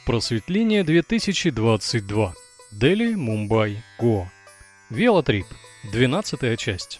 Просветление 2022. Дели, Мумбай, Гоа. Велотрип. 12 часть.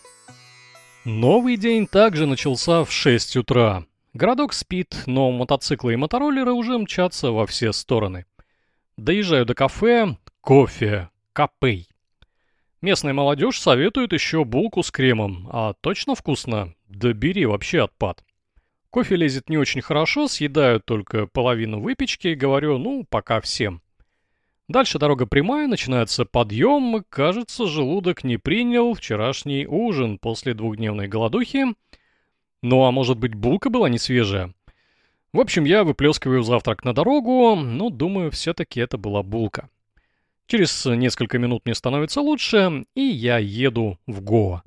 Новый день также начался в 6 утра. Городок спит, но мотоциклы и мотороллеры уже мчатся во все стороны. Доезжаю до кафе. Кофе. Капей. Местная молодежь советует еще булку с кремом. А точно вкусно? Да бери, вообще отпад. Кофе лезет не очень хорошо, съедаю только половину выпечки и говорю, ну, пока всем. Дальше дорога прямая, начинается подъем, и, кажется, желудок не принял вчерашний ужин после двухдневной голодухи. Ну, а может быть, булка была не свежая? В общем, я выплескиваю завтрак на дорогу, но думаю, все-таки это была булка. Через несколько минут мне становится лучше, и я еду в Гоа.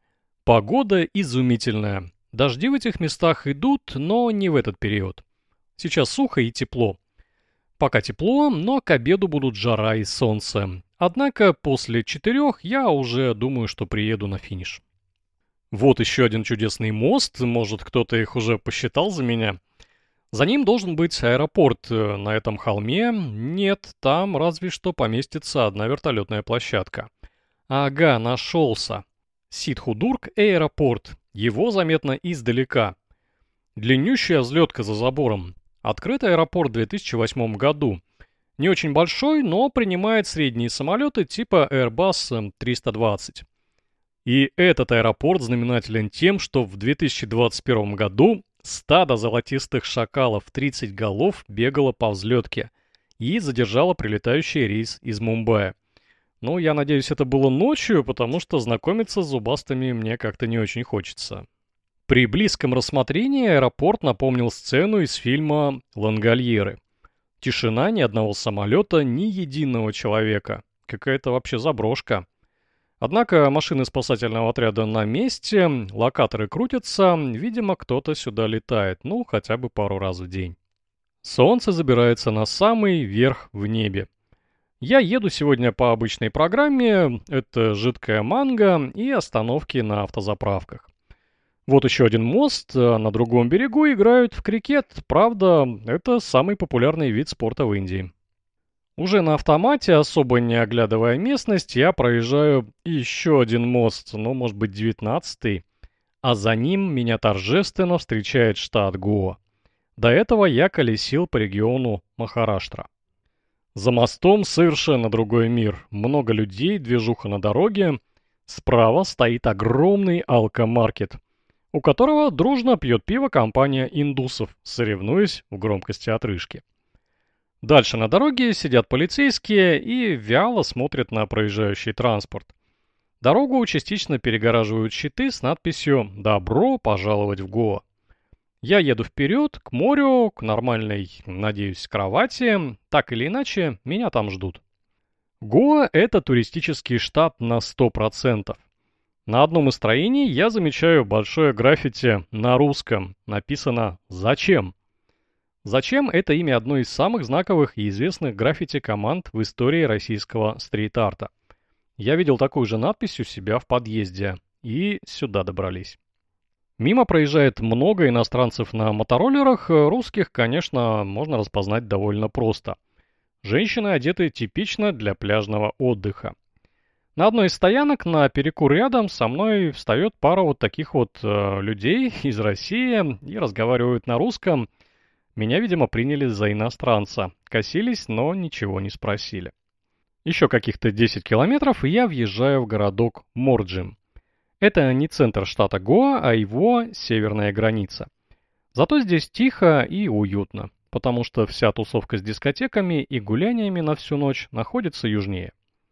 Погода изумительная. Дожди в этих местах идут, но не в этот период. Сейчас сухо и тепло. Пока тепло, но к обеду будут жара и солнце. Однако после 4 я уже думаю, что приеду на финиш. Вот еще один чудесный мост, может кто-то их уже посчитал за меня. За ним должен быть аэропорт на этом холме. Нет, там разве что поместится одна вертолетная площадка. Ага, нашелся. Сидхудург аэропорт. Его заметно издалека. Длиннющая взлетка за забором. Открыт аэропорт в 2008 году. Не очень большой, но принимает средние самолеты типа Airbus 320. И этот аэропорт знаменателен тем, что в 2021 году стадо золотистых шакалов 30 голов бегало по взлетке и задержало прилетающий рейс из Мумбаи. Ну, я надеюсь, это было ночью, потому что знакомиться с зубастыми мне как-то не очень хочется. При близком рассмотрении аэропорт напомнил сцену из фильма «Лангольеры». Тишина, ни одного самолета, ни единого человека. Какая-то вообще заброшка. Однако машины спасательного отряда на месте, локаторы крутятся, видимо, кто-то сюда летает, ну, хотя бы пару раз в день. Солнце забирается на самый верх в небе. Я еду сегодня по обычной программе, это жидкая манго и остановки на автозаправках. Вот еще один мост, а на другом берегу играют в крикет, правда, это самый популярный вид спорта в Индии. Уже на автомате, особо не оглядывая местность, я проезжаю еще один мост, ну, может быть, 19-й, а за ним меня торжественно встречает штат Гоа. До этого я колесил по региону Махараштра. За мостом совершенно другой мир. Много людей, движуха на дороге. Справа стоит огромный алкомаркет, у которого дружно пьет пиво компания индусов, соревнуясь в громкости отрыжки. Дальше на дороге сидят полицейские и вяло смотрят на проезжающий транспорт. Дорогу частично перегораживают щиты с надписью «Добро пожаловать в Гоа». Я еду вперед, к морю, к нормальной, надеюсь, кровати. Так или иначе, меня там ждут. Гоа — это туристический штат на 100%. На одном из строений я замечаю большое граффити на русском. Написано «Зачем?». «Зачем» — это имя одной из самых знаковых и известных граффити-команд в истории российского стрит-арта. Я видел такую же надпись у себя в подъезде. И сюда добрались. Мимо проезжает много иностранцев на мотороллерах, русских, конечно, можно распознать довольно просто. Женщины одеты типично для пляжного отдыха. На одной из стоянок на перекур рядом со мной встает пара вот таких вот людей из России и разговаривают на русском. Меня, видимо, приняли за иностранца. Косились, но ничего не спросили. Еще каких-то 10 километров, и я въезжаю в городок Морджим. Это не центр штата Гоа, а его северная граница. Зато здесь тихо и уютно, потому что вся тусовка с дискотеками и гуляниями на всю ночь находится южнее.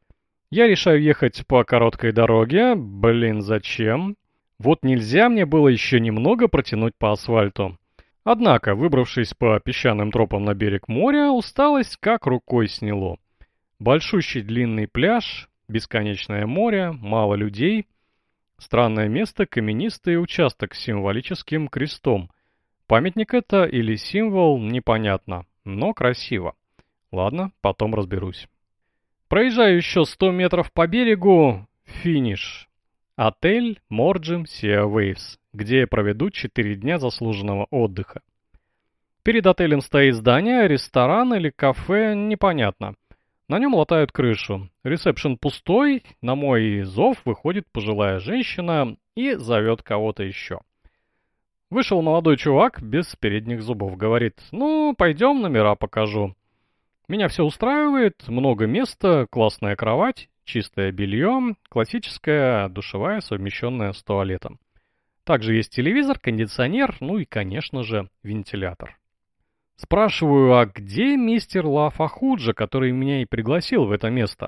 Я решаю ехать по короткой дороге. Блин, зачем? Вот нельзя мне было еще немного протянуть по асфальту. Однако, выбравшись по песчаным тропам на берег моря, усталость как рукой сняло. Большущий длинный пляж, бесконечное море, мало людей. Странное место, каменистый участок с символическим крестом. Памятник это или символ, непонятно, но красиво. Ладно, потом разберусь. Проезжаю еще 100 метров по берегу, финиш. Отель Морджим Sea Waves, где я проведу 4 дня заслуженного отдыха. Перед отелем стоит здание, ресторан или кафе, непонятно. На нем латают крышу. Ресепшн пустой, на мой зов выходит пожилая женщина и зовет кого-то еще. Вышел молодой чувак без передних зубов, говорит: «Ну, пойдем, номера покажу». Меня все устраивает, много места, классная кровать, чистое белье, классическая душевая, совмещенная с туалетом. Также есть телевизор, кондиционер, ну и, конечно же, вентилятор. Спрашиваю, а где мистер Лафахуджа, который меня и пригласил в это место?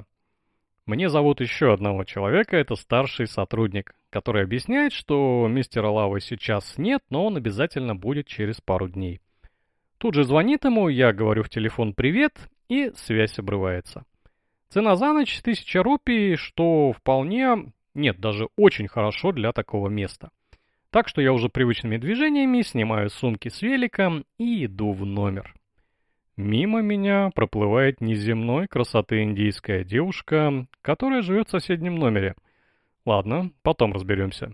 Мне зовут еще одного человека, это старший сотрудник, который объясняет, что мистера Лавы сейчас нет, но он обязательно будет через пару дней. Тут же звонит ему, я говорю в телефон «привет», и связь обрывается. Цена за ночь 1000 рупий, что вполне, нет, даже очень хорошо для такого места. Так что я уже привычными движениями снимаю сумки с великом и иду в номер. Мимо меня проплывает неземной красоты индийская девушка, которая живет в соседнем номере. Ладно, потом разберемся.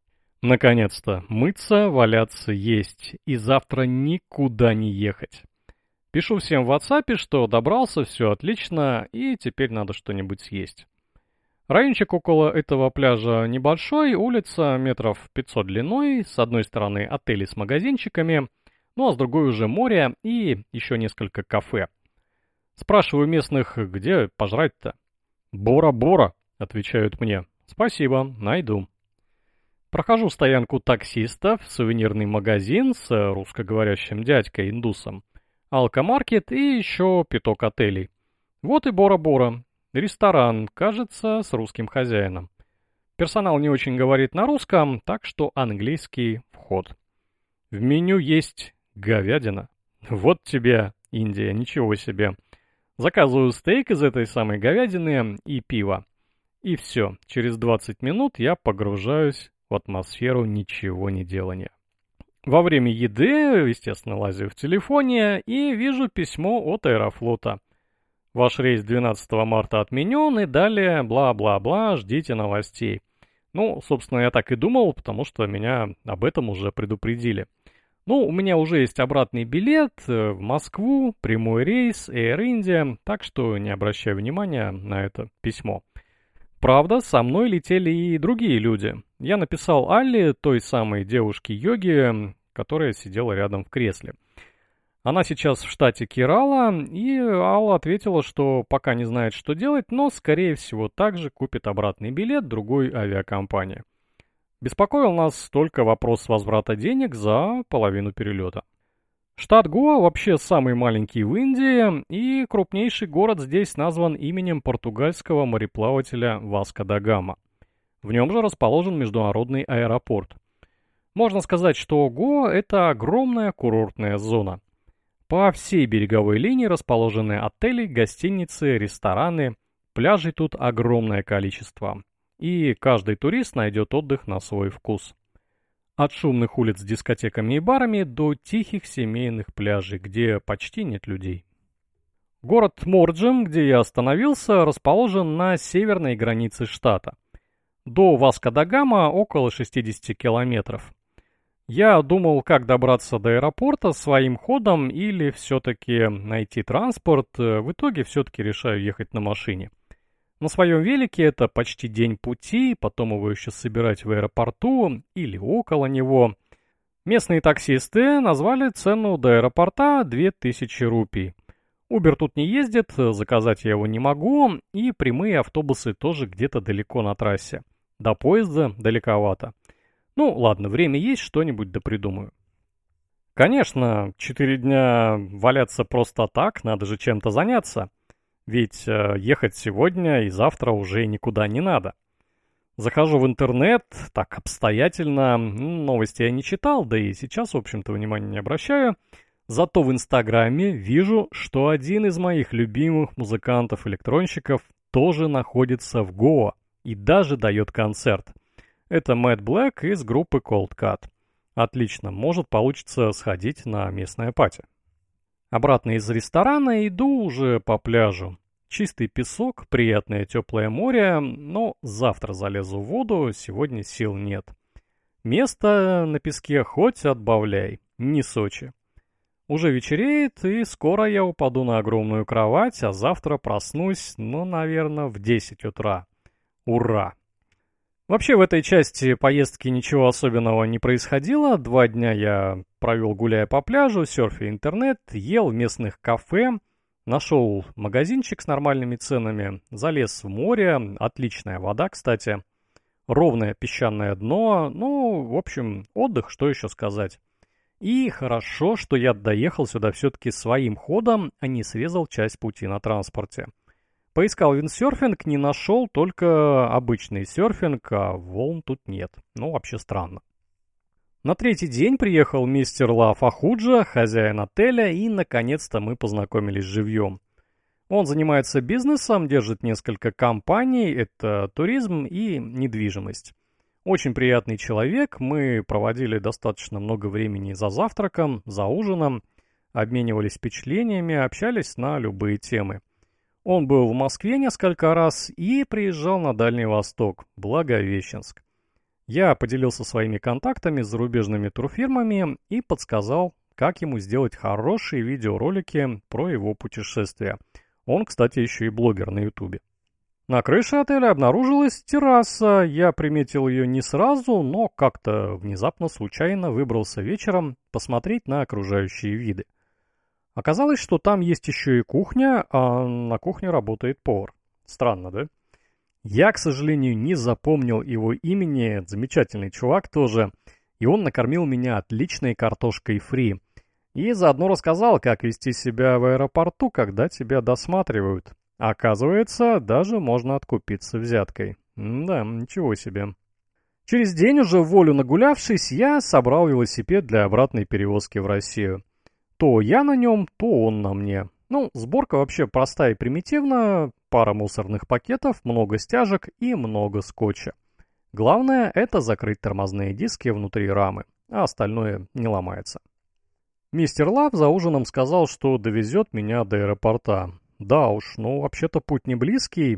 Наконец-то, мыться, валяться, есть, и завтра никуда не ехать. Пишу всем в WhatsApp, что добрался, все отлично, и теперь надо что-нибудь съесть. Райончик около этого пляжа небольшой, улица метров 500 длиной, с одной стороны отели с магазинчиками, ну а с другой уже море и еще несколько кафе. Спрашиваю местных, где пожрать-то? «Бора-бора», отвечают мне. «Спасибо, найду». Прохожу стоянку таксистов, сувенирный магазин с русскоговорящим дядькой-индусом, алкомаркет и еще пяток отелей. Вот и Бора-бора. Ресторан, кажется, с русским хозяином. Персонал не очень говорит на русском, так что английский вход. В меню есть говядина. Вот тебе, Индия, ничего себе. Заказываю стейк из этой самой говядины и пиво. И все, через 20 минут я погружаюсь в атмосферу ничего не делания. Во время еды, естественно, лазю в телефоне и вижу письмо от Аэрофлота. Ваш рейс 12 марта отменен и далее бла-бла-бла, ждите новостей. Ну, собственно, я так и думал, потому что меня об этом уже предупредили. Ну, у меня уже есть обратный билет в Москву, прямой рейс, Air India, так что не обращаю внимания на это письмо. Правда, со мной летели и другие люди. Я написал Алле, той самой девушке-йоги, которая сидела рядом в кресле. Она сейчас в штате Керала, и Алла ответила, что пока не знает, что делать, но, скорее всего, также купит обратный билет другой авиакомпании. Беспокоил нас только вопрос возврата денег за половину перелета. Штат Гоа вообще самый маленький в Индии, и крупнейший город здесь назван именем португальского мореплавателя Васко да Гама. В нем же расположен международный аэропорт. Можно сказать, что Гоа – это огромная курортная зона. По всей береговой линии расположены отели, гостиницы, рестораны, пляжей тут огромное количество. И каждый турист найдет отдых на свой вкус. От шумных улиц с дискотеками и барами до тихих семейных пляжей, где почти нет людей. Город Морджем, где я остановился, расположен на северной границе штата. До Васко да Гама около 60 километров. Я думал, как добраться до аэропорта своим ходом или все-таки найти транспорт. В итоге все-таки решаю ехать на машине. На своем велике это почти день пути, потом его еще собирать в аэропорту или около него. Местные таксисты назвали цену до аэропорта 2000 рупий. Uber тут не ездит, заказать я его не могу, и прямые автобусы тоже где-то далеко на трассе. До поезда далековато. Ну, ладно, время есть, что-нибудь да придумаю. Конечно, 4 дня валяться просто так, надо же чем-то заняться. Ведь ехать сегодня и завтра уже никуда не надо. Захожу в интернет, так обстоятельно, новости я не читал, да и сейчас, в общем-то, внимания не обращаю. Зато в Инстаграме вижу, что один из моих любимых музыкантов-электронщиков тоже находится в Гоа и даже дает концерт. Это Мэтт Блэк из группы Cold Cut. Отлично, может получится сходить на местное пати. Обратно из ресторана иду уже по пляжу. Чистый песок, приятное теплое море, но завтра залезу в воду, сегодня сил нет. Место на песке хоть отбавляй, не Сочи. Уже вечереет, и скоро я упаду на огромную кровать, а завтра проснусь, наверное, в 10 утра. Ура! Вообще в этой части поездки ничего особенного не происходило. 2 дня я провел, гуляя по пляжу, серфя интернет, ел в местных кафе, нашел магазинчик с нормальными ценами, залез в море, отличная вода, кстати, ровное песчаное дно, в общем, отдых, что еще сказать. И хорошо, что я доехал сюда все-таки своим ходом, а не срезал часть пути на транспорте. Поискал виндсерфинг, не нашел, только обычный серфинг, а волн тут нет. Вообще странно. На 3-й день приехал мистер Лав Ахуджа, хозяин отеля, и наконец-то мы познакомились живьем. Он занимается бизнесом, держит несколько компаний, это туризм и недвижимость. Очень приятный человек, мы проводили достаточно много времени за завтраком, за ужином, обменивались впечатлениями, общались на любые темы. Он был в Москве несколько раз и приезжал на Дальний Восток, Благовещенск. Я поделился своими контактами с зарубежными турфирмами и подсказал, как ему сделать хорошие видеоролики про его путешествия. Он, кстати, еще и блогер на Ютубе. На крыше отеля обнаружилась терраса. Я приметил ее не сразу, но как-то внезапно случайно выбрался вечером посмотреть на окружающие виды. Оказалось, что там есть еще и кухня, а на кухне работает повар. Странно, да? Я, к сожалению, не запомнил его имени, замечательный чувак тоже, и он накормил меня отличной картошкой фри. И заодно рассказал, как вести себя в аэропорту, когда тебя досматривают. Оказывается, даже можно откупиться взяткой. Да, ничего себе. Через день, уже в волю нагулявшись, я собрал велосипед для обратной перевозки в Россию. То я на нем, то он на мне. Сборка вообще простая и примитивна. Пара мусорных пакетов, много стяжек и много скотча. Главное — это закрыть тормозные диски внутри рамы, а остальное не ломается. Мистер Лав за ужином сказал, что довезет меня до аэропорта. Да уж, вообще-то путь не близкий.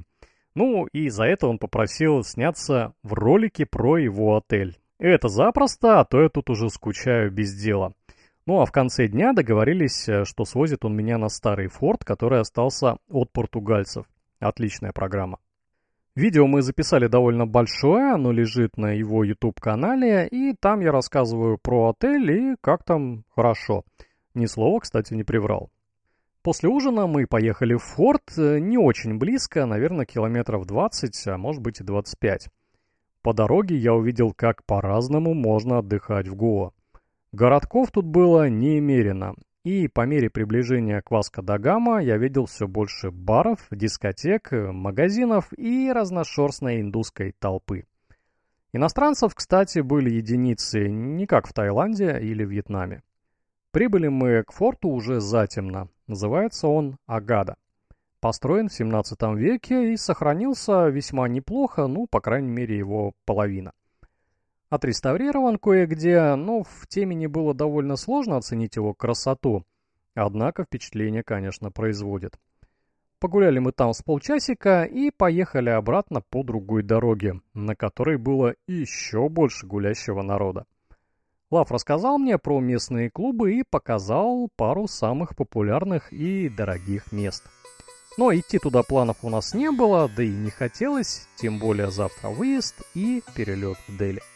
И за это он попросил сняться в ролике про его отель. Это запросто, а то я тут уже скучаю без дела. А в конце дня договорились, что свозит он меня на старый форт, который остался от португальцев. Отличная программа. Видео мы записали довольно большое, оно лежит на его YouTube-канале, и там я рассказываю про отель и как там хорошо. Ни слова, кстати, не приврал. После ужина мы поехали в форт, не очень близко, наверное, километров 20, а может быть и 25. По дороге я увидел, как по-разному можно отдыхать в Гоа. Городков тут было немерено, и по мере приближения к Васко-да-Гама я видел все больше баров, дискотек, магазинов и разношерстной индусской толпы. Иностранцев, кстати, были единицы, не как в Таиланде или Вьетнаме. Прибыли мы к форту уже затемно, называется он Агада. Построен в 17 веке и сохранился весьма неплохо, по крайней мере его половина. Отреставрирован кое-где, в темени было довольно сложно оценить его красоту, однако впечатление, конечно, производит. Погуляли мы там с полчасика и поехали обратно по другой дороге, на которой было еще больше гулящего народа. Лав рассказал мне про местные клубы и показал пару самых популярных и дорогих мест. Но идти туда планов у нас не было, да и не хотелось, тем более завтра выезд и перелет в Дели.